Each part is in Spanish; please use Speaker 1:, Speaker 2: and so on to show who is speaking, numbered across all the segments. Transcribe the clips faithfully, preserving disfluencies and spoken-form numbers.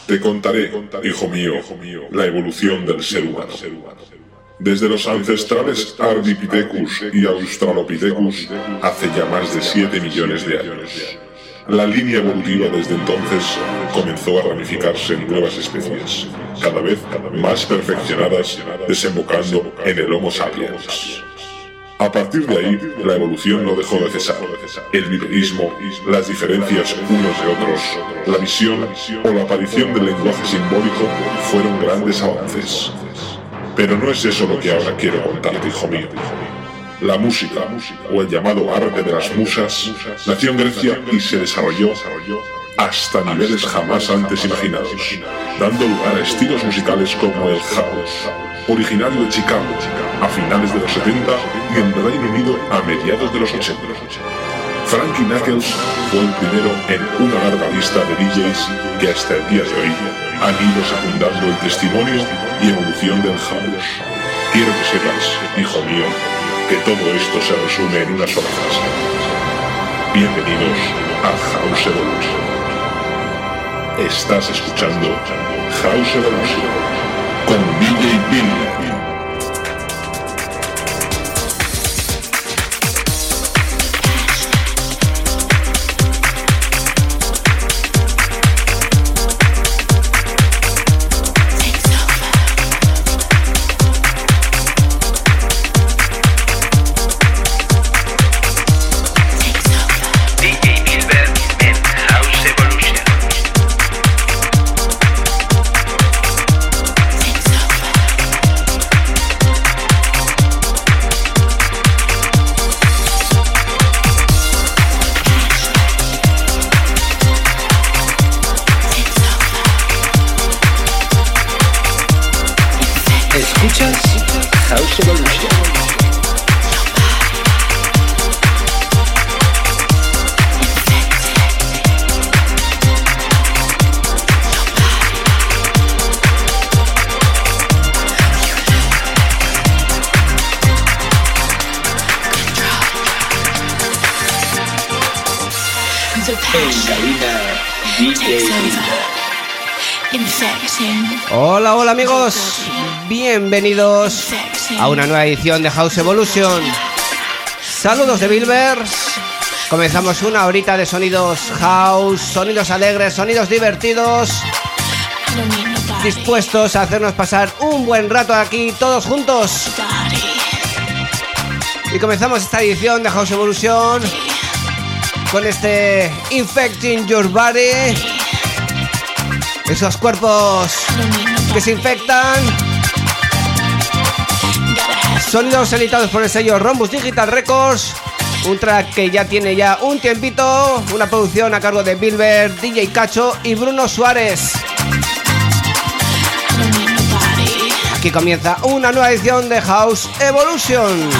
Speaker 1: Te contaré, hijo mío, la evolución del ser humano. Desde los ancestrales Ardipithecus y Australopithecus hace ya más de siete millones de años. La línea evolutiva desde entonces comenzó a ramificarse en nuevas especies, cada vez más perfeccionadas, desembocando en el Homo sapiens. A partir de ahí, la evolución no dejó de cesar. El bipedismo, las diferencias unos de otros, la visión o la aparición del lenguaje simbólico fueron grandes avances. Pero no es eso lo que ahora quiero contarte, hijo mío. La música, o el llamado arte de las musas, nació en Grecia y se desarrolló hasta niveles jamás antes imaginados, dando lugar a estilos musicales como el house, originario de Chicago, a finales de los setenta y en Reino Unido a mediados de los ochenta. Frankie Knuckles fue el primero en una larga lista de D Js que hasta el día de hoy han ido secundando el testimonio y evolución del house. Quiero que sepas, hijo mío, que todo esto se resume en una sola frase. Bienvenidos a House Evolution. Estás escuchando House Evolution con D J Bill.
Speaker 2: House Evolution.
Speaker 3: Hola, hola amigos, bienvenidos a una nueva edición de House Evolution. Saludos de Bilber. Comenzamos una horita de sonidos house, sonidos alegres, sonidos divertidos, dispuestos a hacernos pasar un buen rato aquí todos juntos. Y comenzamos esta edición de House Evolution con este Infecting Your Body. Esos cuerpos que se infectan. Sonidos editados por el sello Rhombus Digital Records. Un track que ya tiene ya un tiempito. Una producción a cargo de Bilber, D J Cacho y Bruno Suárez. Aquí comienza una nueva edición de House Evolution.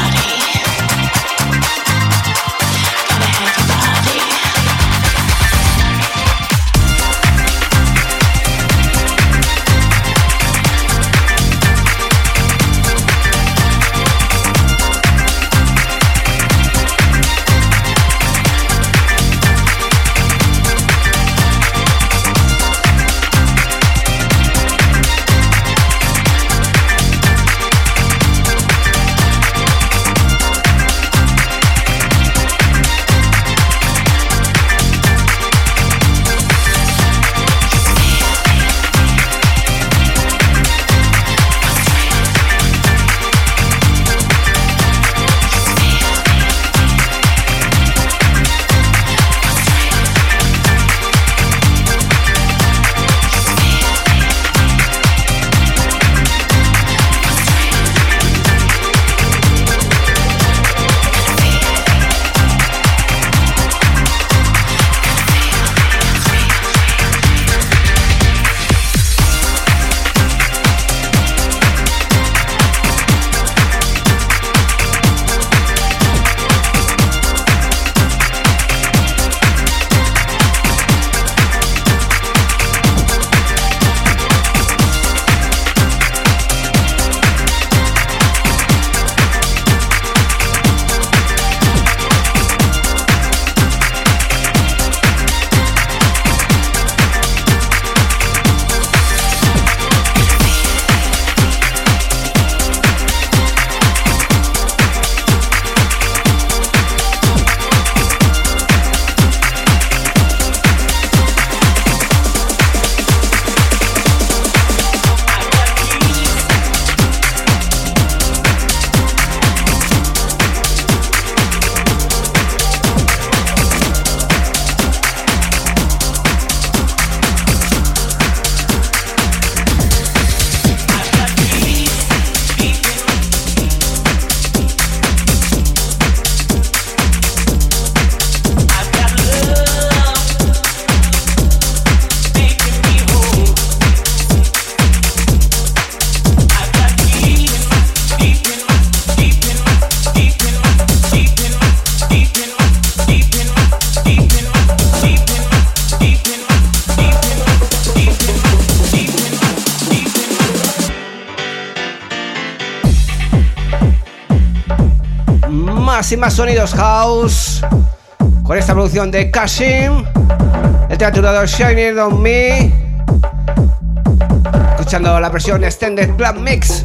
Speaker 3: más y más sonidos house con esta producción de Kashim, el titulado Shining on Me, escuchando la versión Extended Club Mix.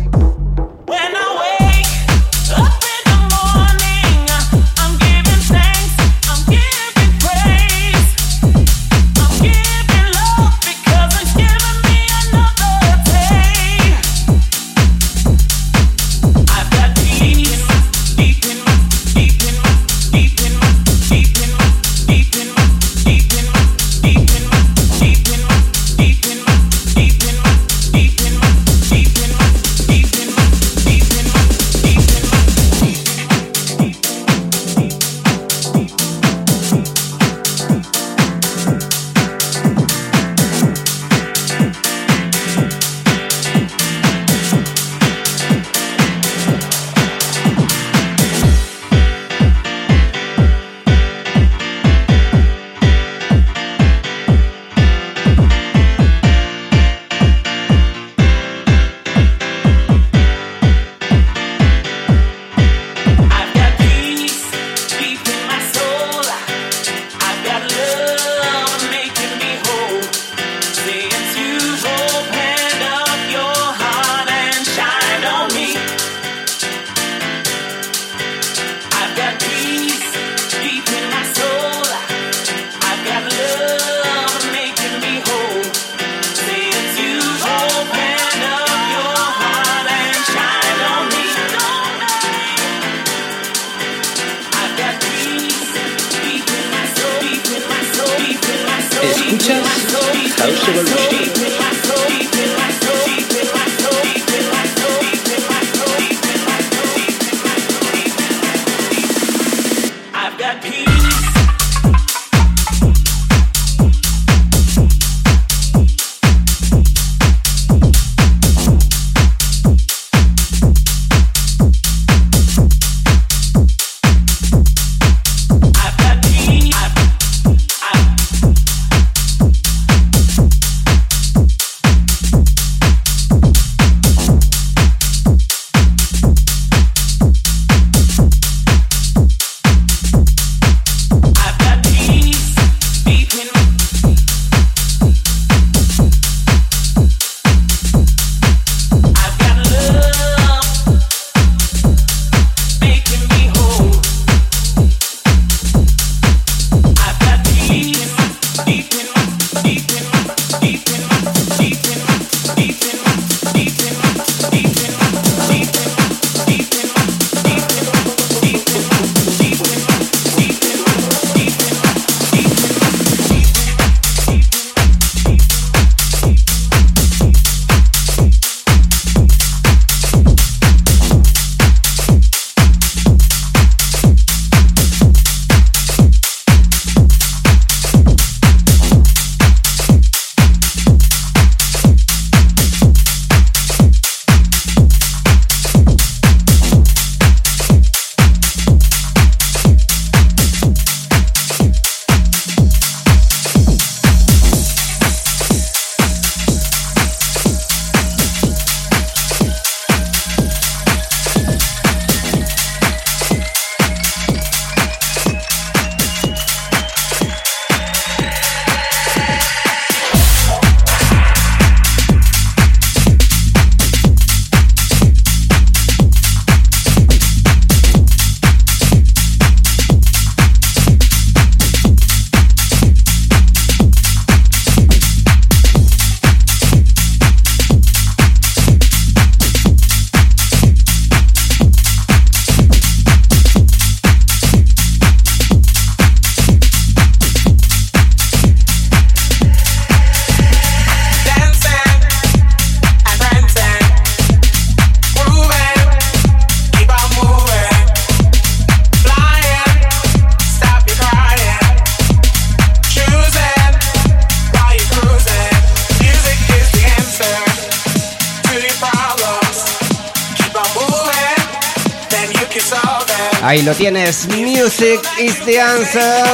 Speaker 3: Ahí lo tienes, Music is the Answer,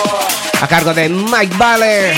Speaker 3: a cargo de Mike Vale.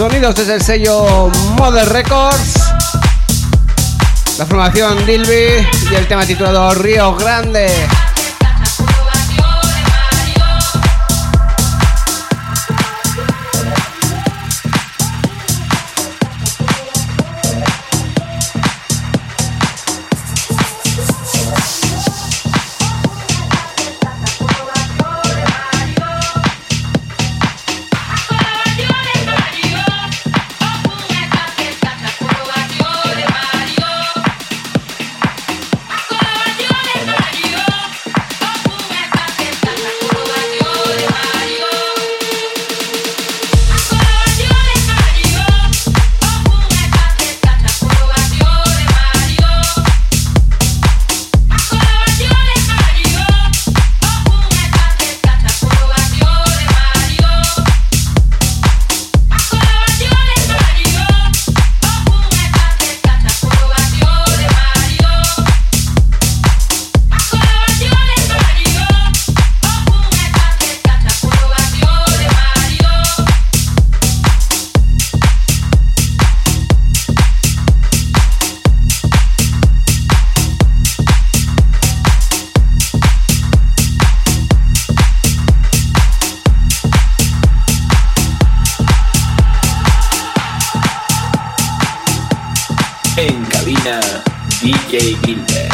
Speaker 3: Sonidos desde el sello Mother Records. La formación Dilby y el tema titulado Río Grande.
Speaker 2: En cabina, D J Gilbert.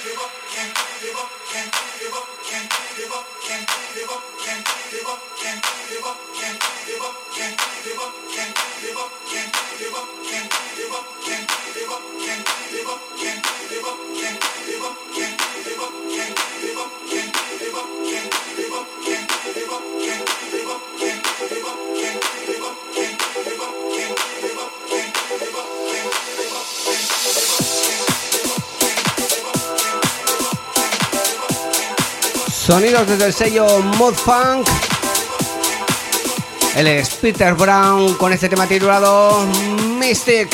Speaker 3: Sonidos desde el sello Mod Funk. Él es Peter Brown con este tema titulado Mystic.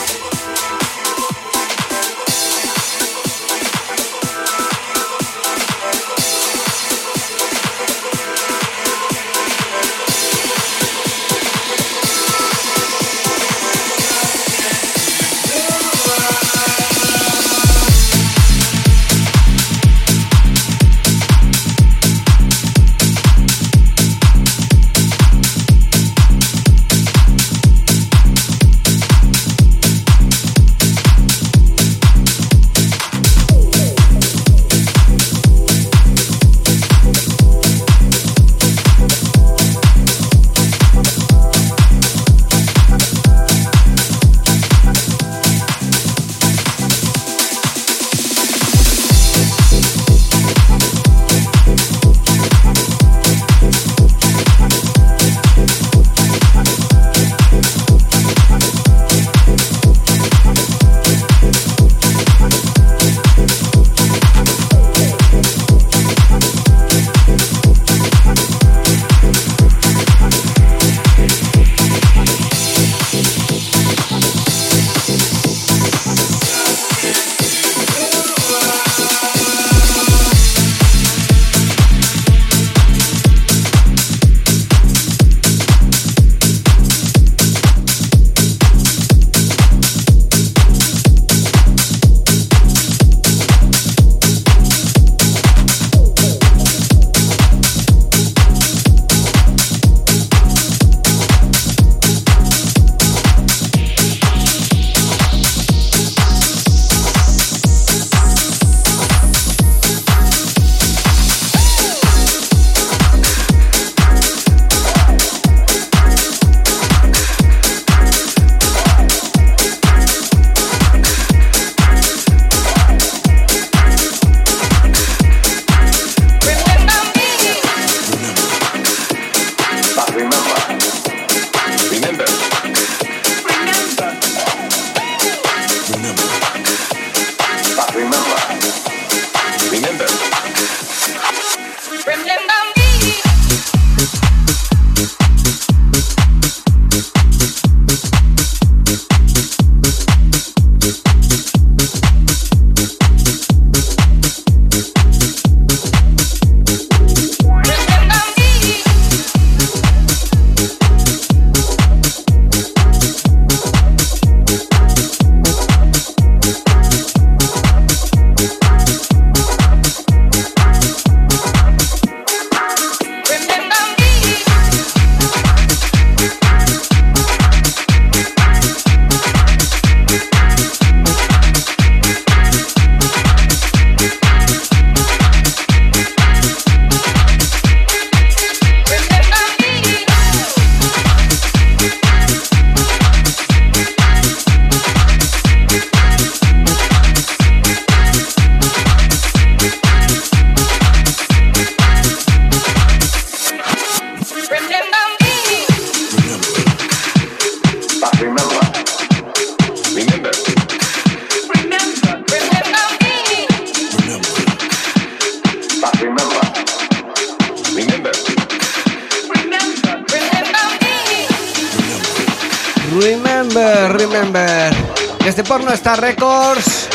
Speaker 3: Remember, remember. Desde Porno Star Records,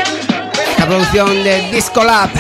Speaker 3: la producción de Disco Lab.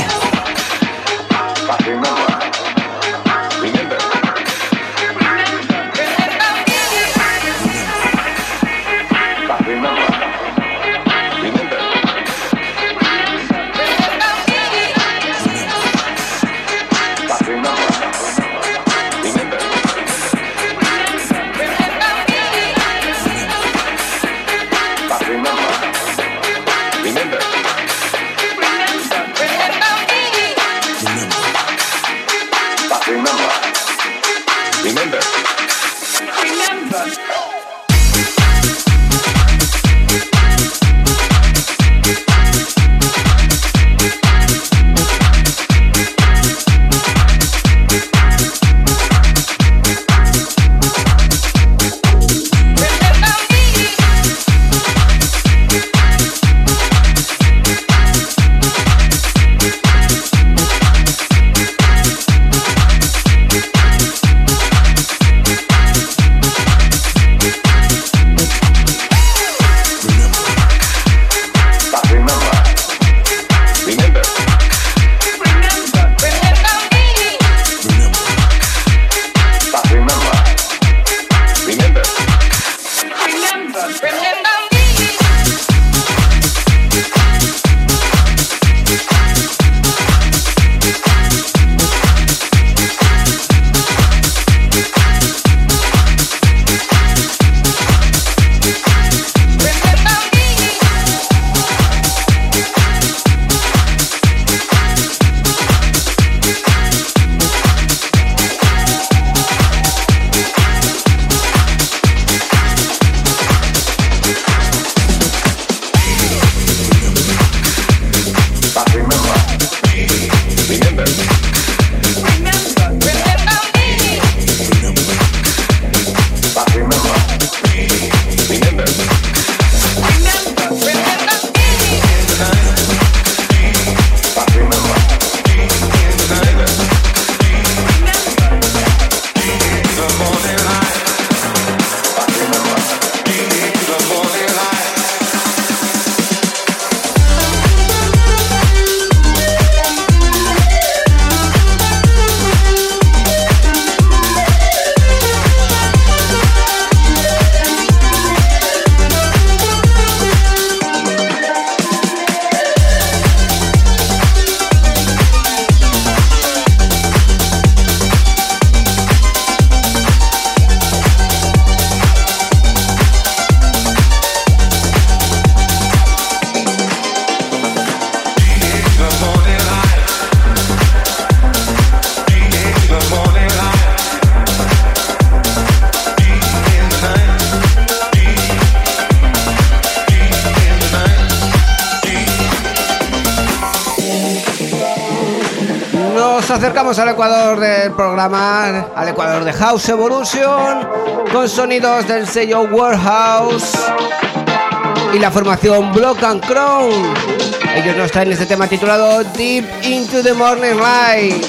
Speaker 3: Nos acercamos al Ecuador del programa, al Ecuador de House Evolution, con sonidos del sello Warehouse y la formación Block and Crown. Ellos nos traen este tema titulado Deep Into the Morning Light.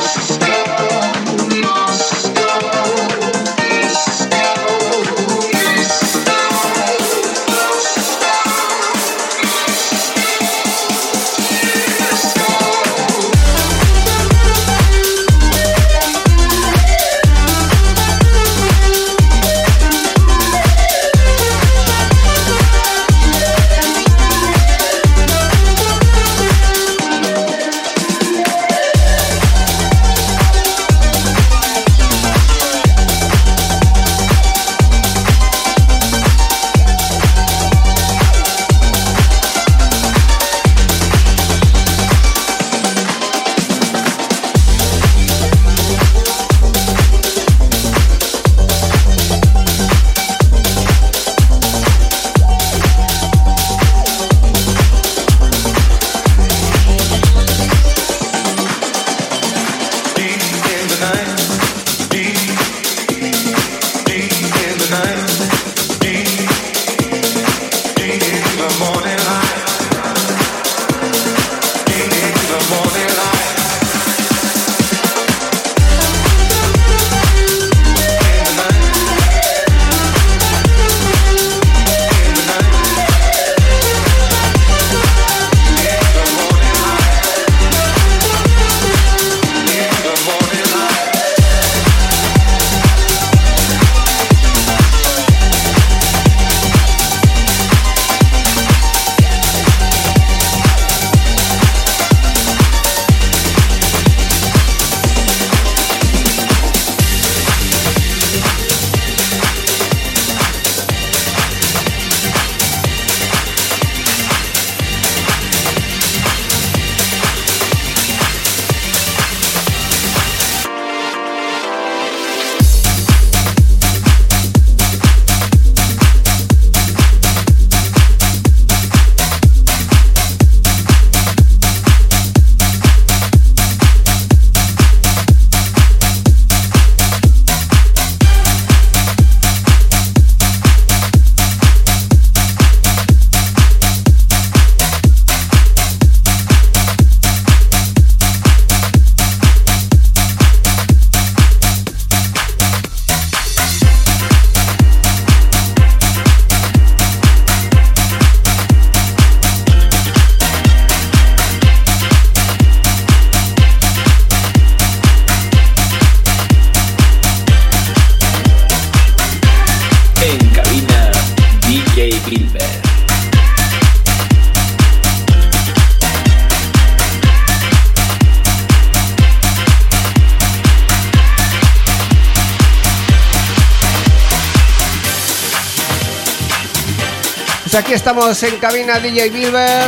Speaker 3: Pues aquí estamos en cabina D J Bilber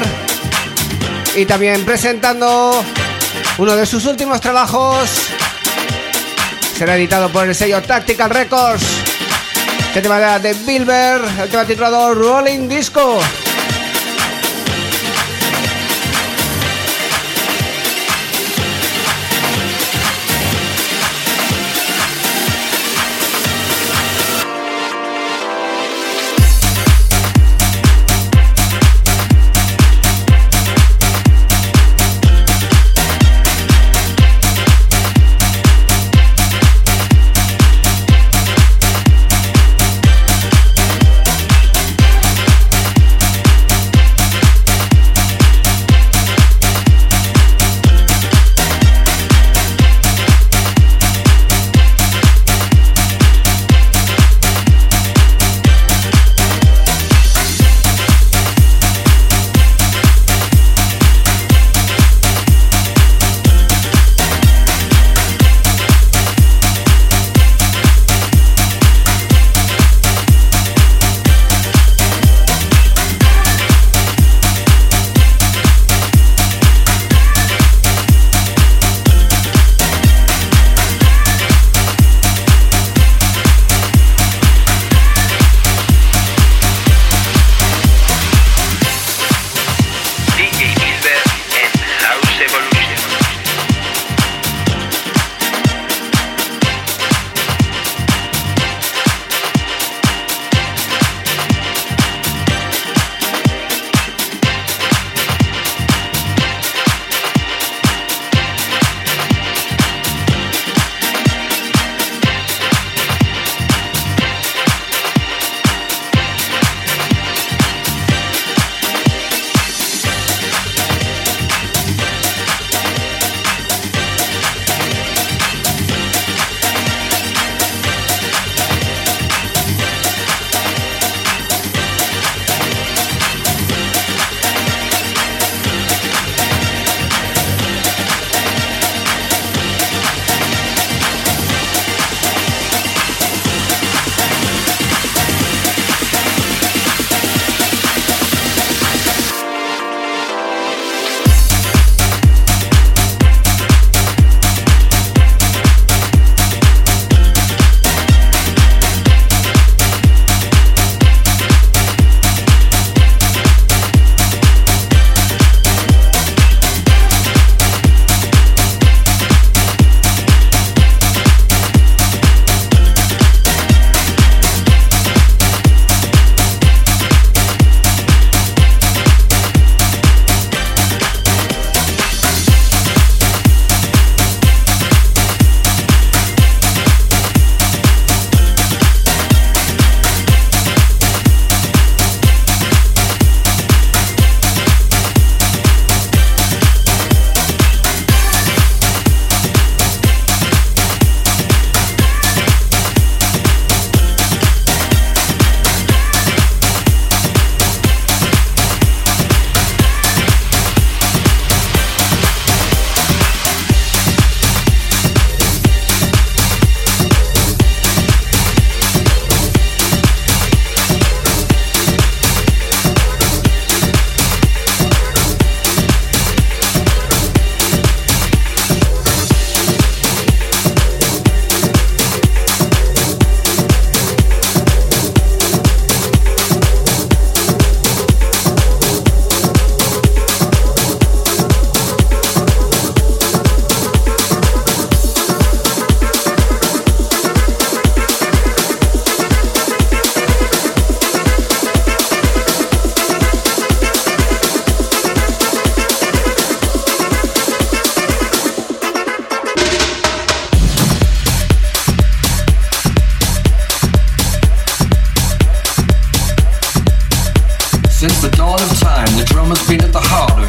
Speaker 3: y también presentando uno de sus últimos trabajos. Será editado por el sello Tactical Records. Este tema de Bilber, el tema titulado Rolling Disco.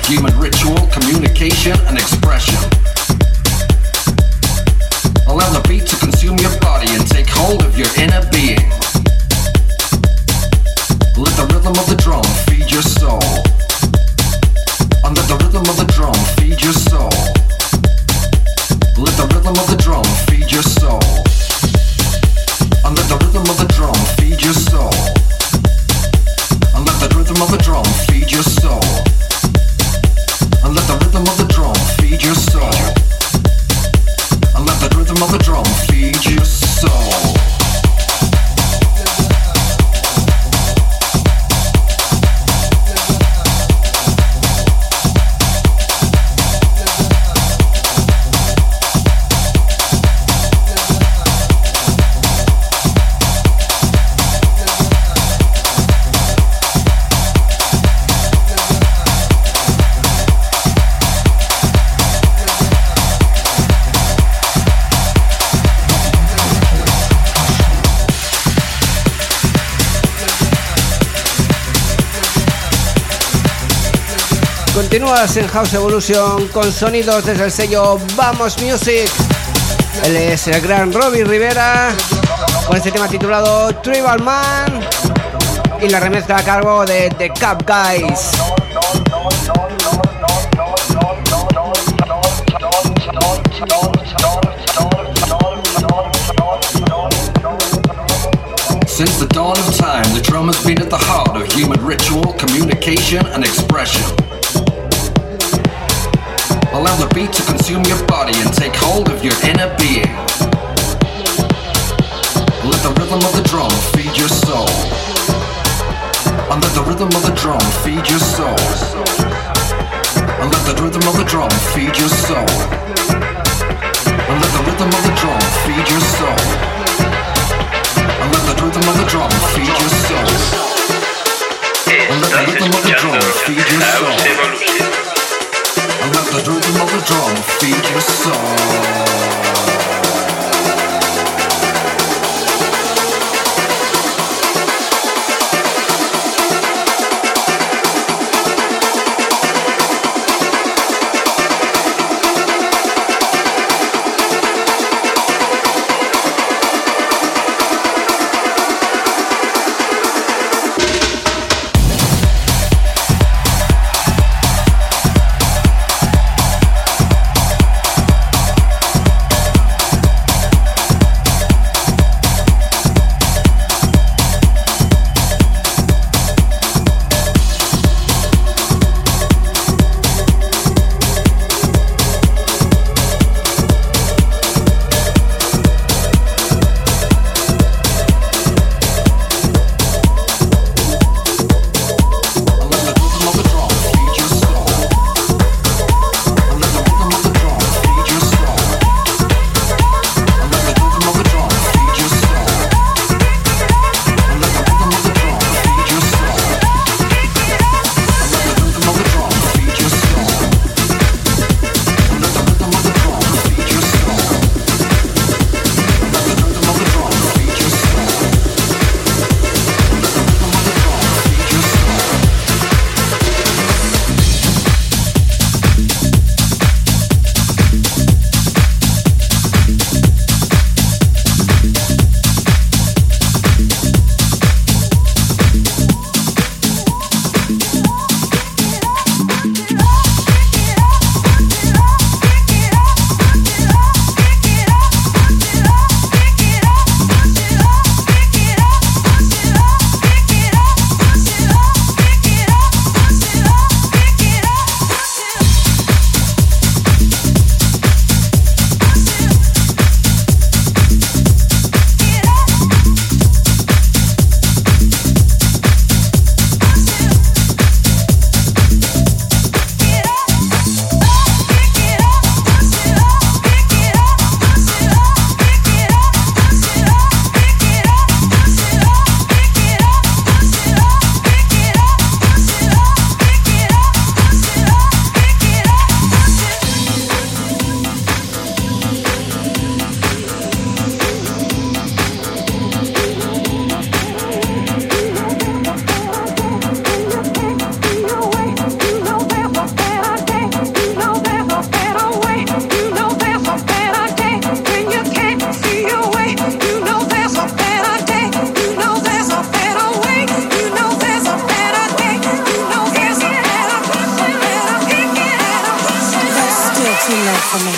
Speaker 4: human ritual, communication, and expression. Allow the beat to consume your body and take hold of your inner being. Let the rhythm of the drum feed your soul. And let the rhythm of the drum feed your soul. Let the rhythm of the drum feed your soul. And let the rhythm of the drum feed your soul. And let the rhythm of the drum feed your soul. And let the rhythm of the drum feed your soul. And let the rhythm of the drum feed your soul.
Speaker 3: Continúas en House Evolution con sonidos desde el sello Vamos Music. Él es el gran Robbie Rivera con este tema titulado Tribal Man y la remezcla a cargo de The Cap Guys.
Speaker 4: Since the dawn of time, the drum has been at the heart of human ritual, communication, and expression. Allow the beat to consume your body and take hold of your inner being. Let the rhythm of the drum feed your soul. And let the rhythm of the drum feed your soul. And let the rhythm of the drum feed your soul. And let the rhythm of the drum feed your soul. And let the rhythm of the drum feed your soul. And let the rhythm of the drum feed your soul. And let the rhythm of the drum feed your soul.
Speaker 5: too low for me.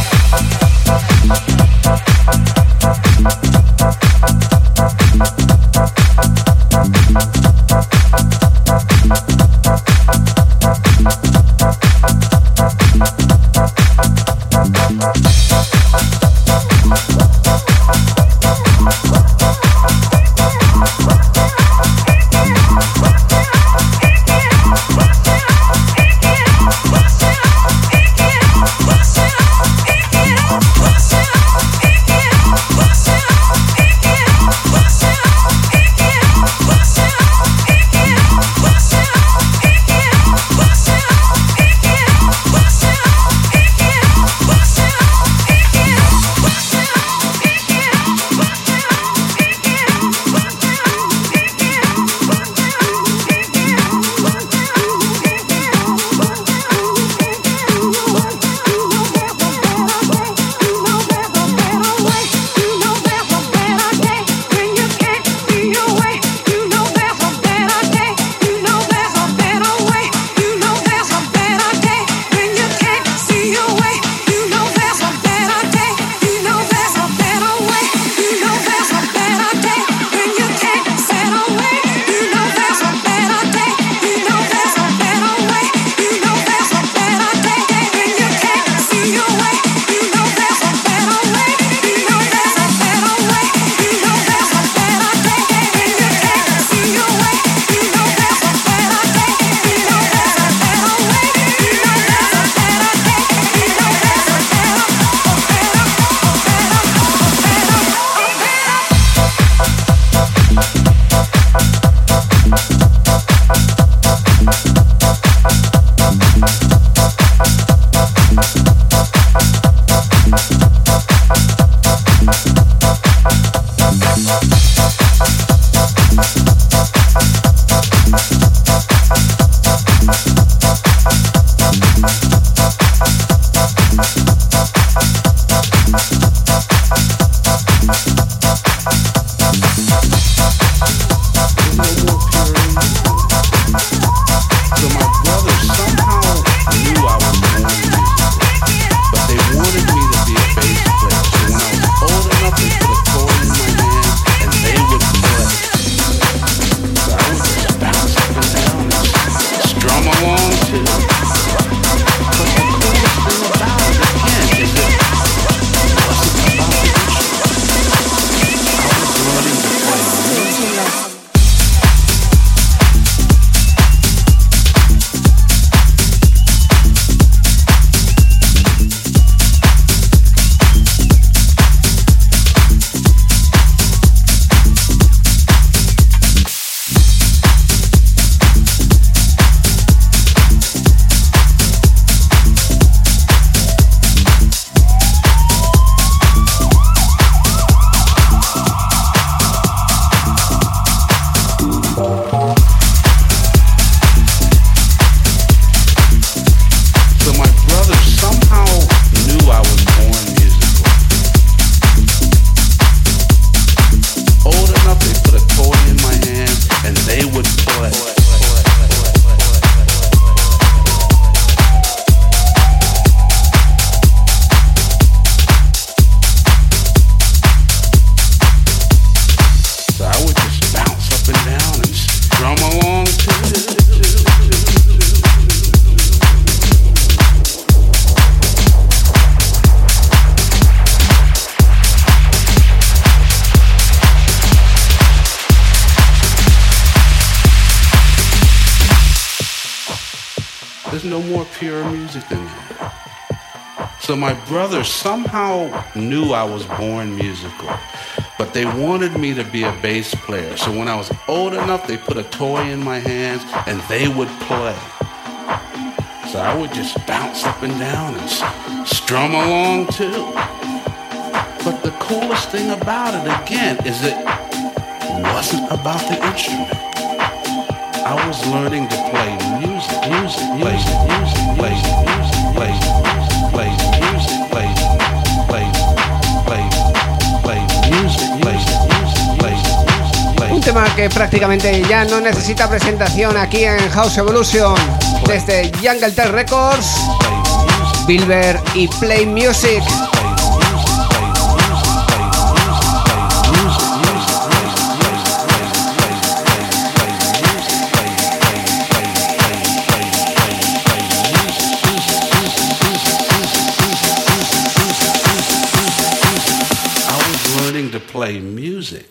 Speaker 6: There's no more pure music than that. So my brothers somehow knew I was born musical, but they wanted me to be a bass player. So when I was old enough, they put a toy in my hands and they would play. So I would just bounce up and down and strum along too. But the coolest thing about it, again, is it wasn't about the instrument. I was learning to play music, music, play music, play music, play play music, play play play play music, play music, play.
Speaker 3: Un tema que prácticamente ya no necesita presentación aquí en House Evolution desde Jungle Tech Records. Bilber y Play Music.
Speaker 6: To play music.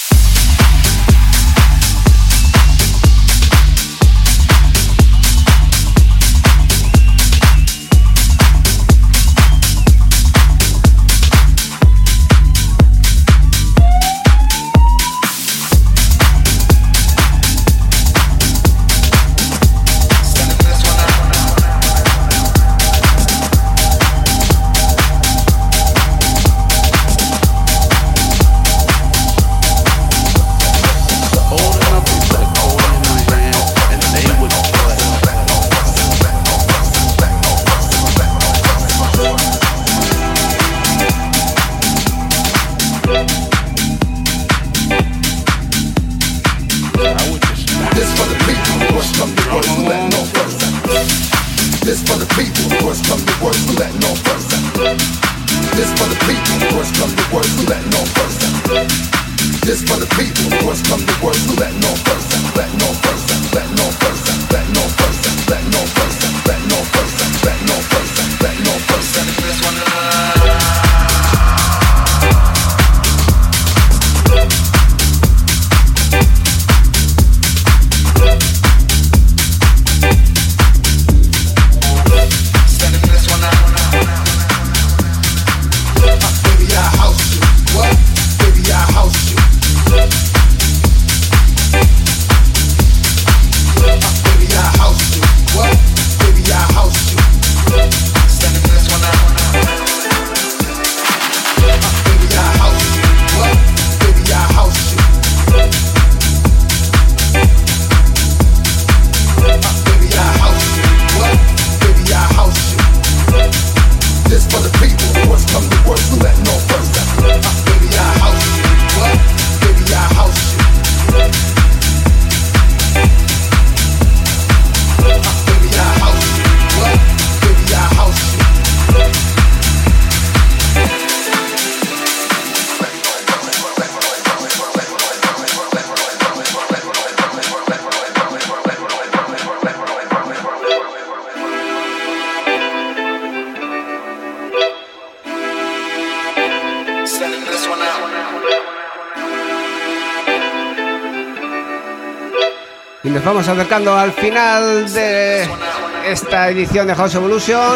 Speaker 3: Y nos vamos acercando al final de esta edición de House Evolution.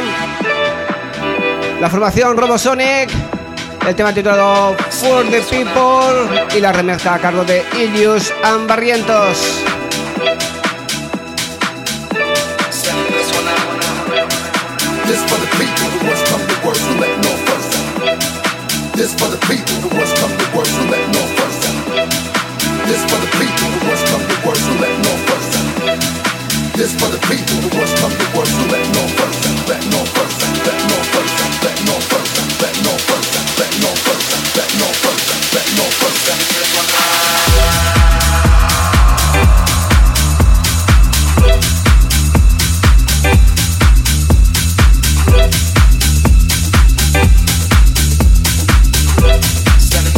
Speaker 3: La formación Robosonic, el tema titulado For the People y la remezcla a cargo de Ilius and Barrientos.
Speaker 5: This for the people who was come to work who let no first. This for the people who was come to work who let no first. This for the people who was come to work who let no first. This for the people who was come to work who let no first. Let no first. Let no first. Let no first. Let no first. Let no first. Let no first. Let no first.
Speaker 4: Standing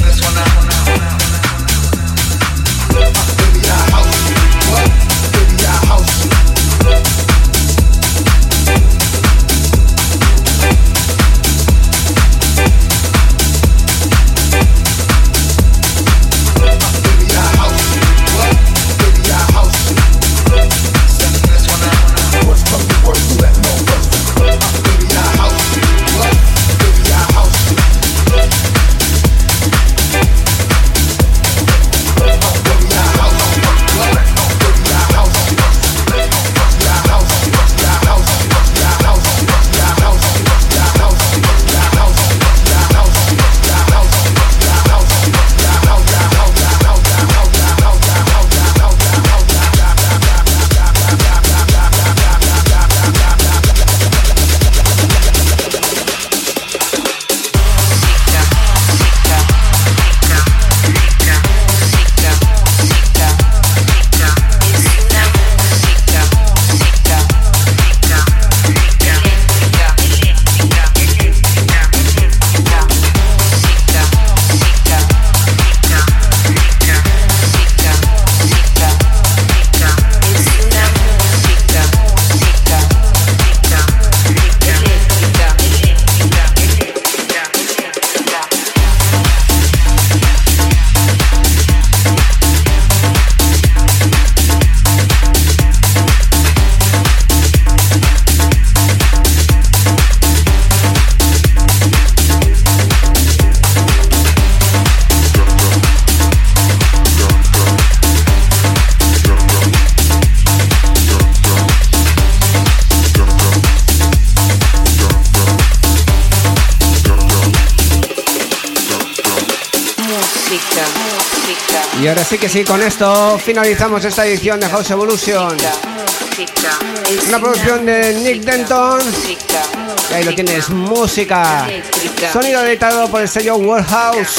Speaker 3: Y ahora sí que sí, con esto finalizamos esta edición de House Evolution. Una producción de Nick Denton. Y ahí lo tienes, música. Sonido editado por el sello World House.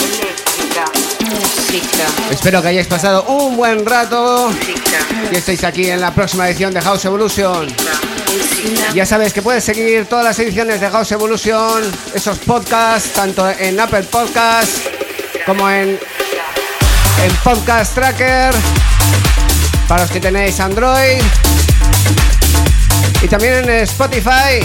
Speaker 3: Espero que hayáis pasado un buen rato y estéis aquí en la próxima edición de House Evolution. Ya sabes que puedes seguir todas las ediciones de House Evolution, esos podcasts, tanto en Apple Podcasts como en, en Podcast Tracker, para los que tenéis Android, y también en Spotify.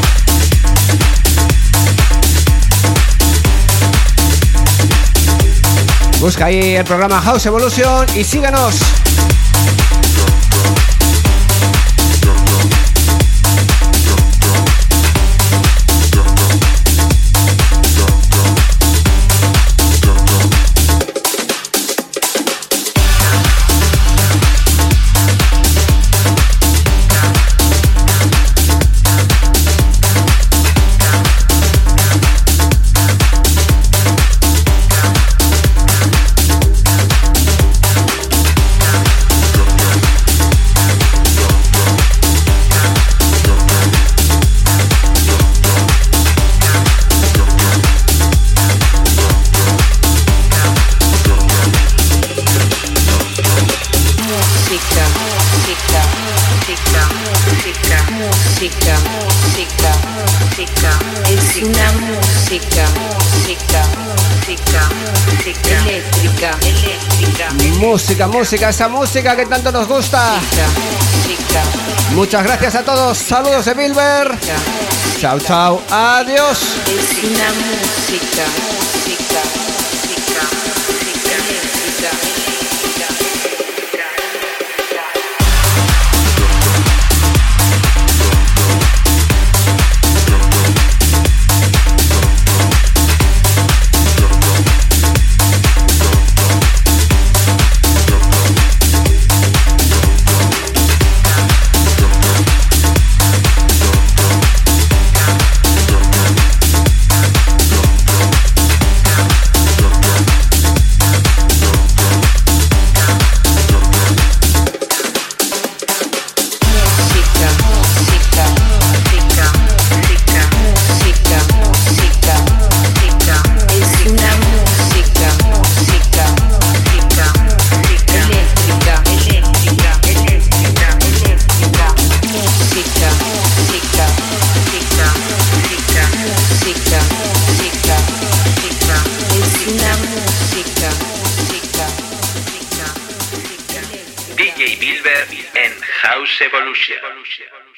Speaker 3: Busca ahí el programa House Evolution y síguenos. Música, música, esa música que tanto nos gusta. Muchas gracias a todos. Saludos de Bilber. Chao, chao. Adiós.
Speaker 7: Es una música, música, música, música eléctrica.
Speaker 2: D J Bilber en House Evolution.